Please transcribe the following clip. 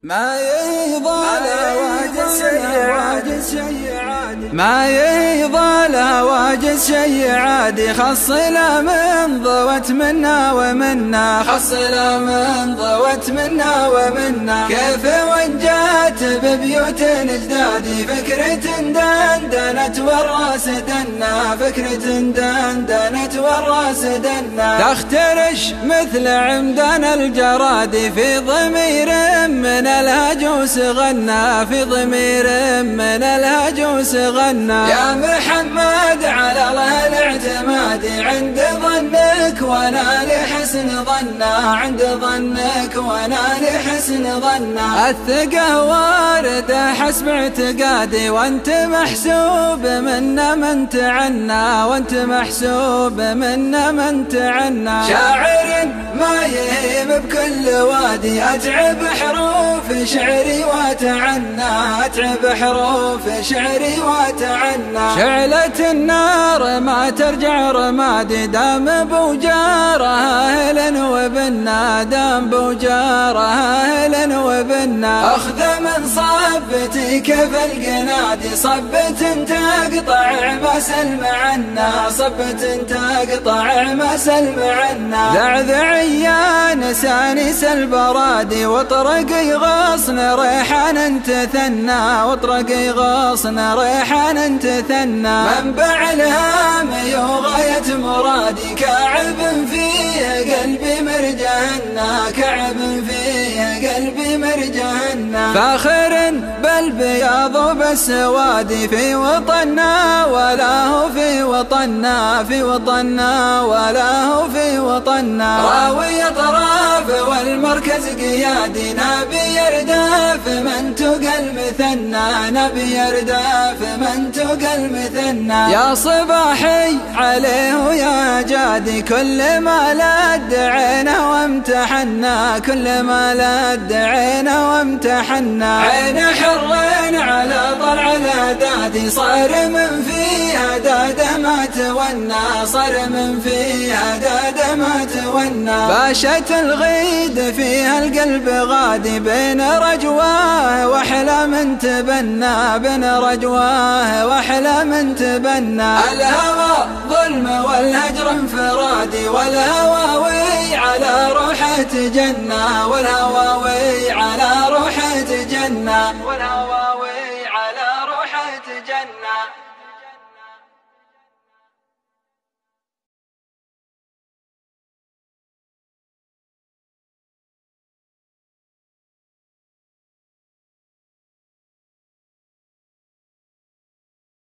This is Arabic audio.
ما يهضى واجس شي عادي خصلا من ضوت منا ومنا خصلا من ضوت منا ومنا كيف وجات ببيوت اجدادي فكرة دندنت والراس دنا فكرة دندنت والراس دنا تخترش مثل عمدان الجراد في ضمير من الهجوس غنى في ضمير من الهجوس غنى يا محمد على الله الاعتماد عند ظنك وانا لحسن ظنا عند ظنك وانا لحسن ظنا الثقة واردة حسب اعتقادي وانت محسوب منا من تعنى وانت محسوب منا من تعنى شاعر ما يهيب بكل وادي اتعب حروف شعري واتعنى اتعب حروف شعري واتعنى شعلة النار ما ترجع رمادي دام بوجارها هلا وبنا دام بوجارها هلا وبنا اخذ من صبتي كيف القنادي صبة تقطع عماس المعنا صبة تقطع عماس المعنا ذعذعيا نسانيس البرادي وطرقي غصن ريحان تثنى وطرقي غصن ريحان تثنى منبع الهام وغاية مرادي كعب فيه قلبي مرجهنا كعب فيه قلبي مرجهنا فاخر بالبياض وبالسواد في وطننا ولا هو في وطننا في وطننا ولا هو في وطننا راوي اطراف والمركز قيادي نبي يرداف من تقى المثنى نبي يرداف من تقى المثنى يا صباحي عليه يا جادي كل ما لد عينه وامتحنا كل ما لد عينه وامتحنا عين حر على طلع الأدادي صار من فيها داد ما تونى صار من فيها داد ما تونى باشت الغيد فيها القلب غادي بين رجواه واحلام تبنى بين رجواه واحلام تبنى الهوى ظلم والهجر انفرادي والهواوي على روحه جنة والهواوي على روحه جنة والهواوي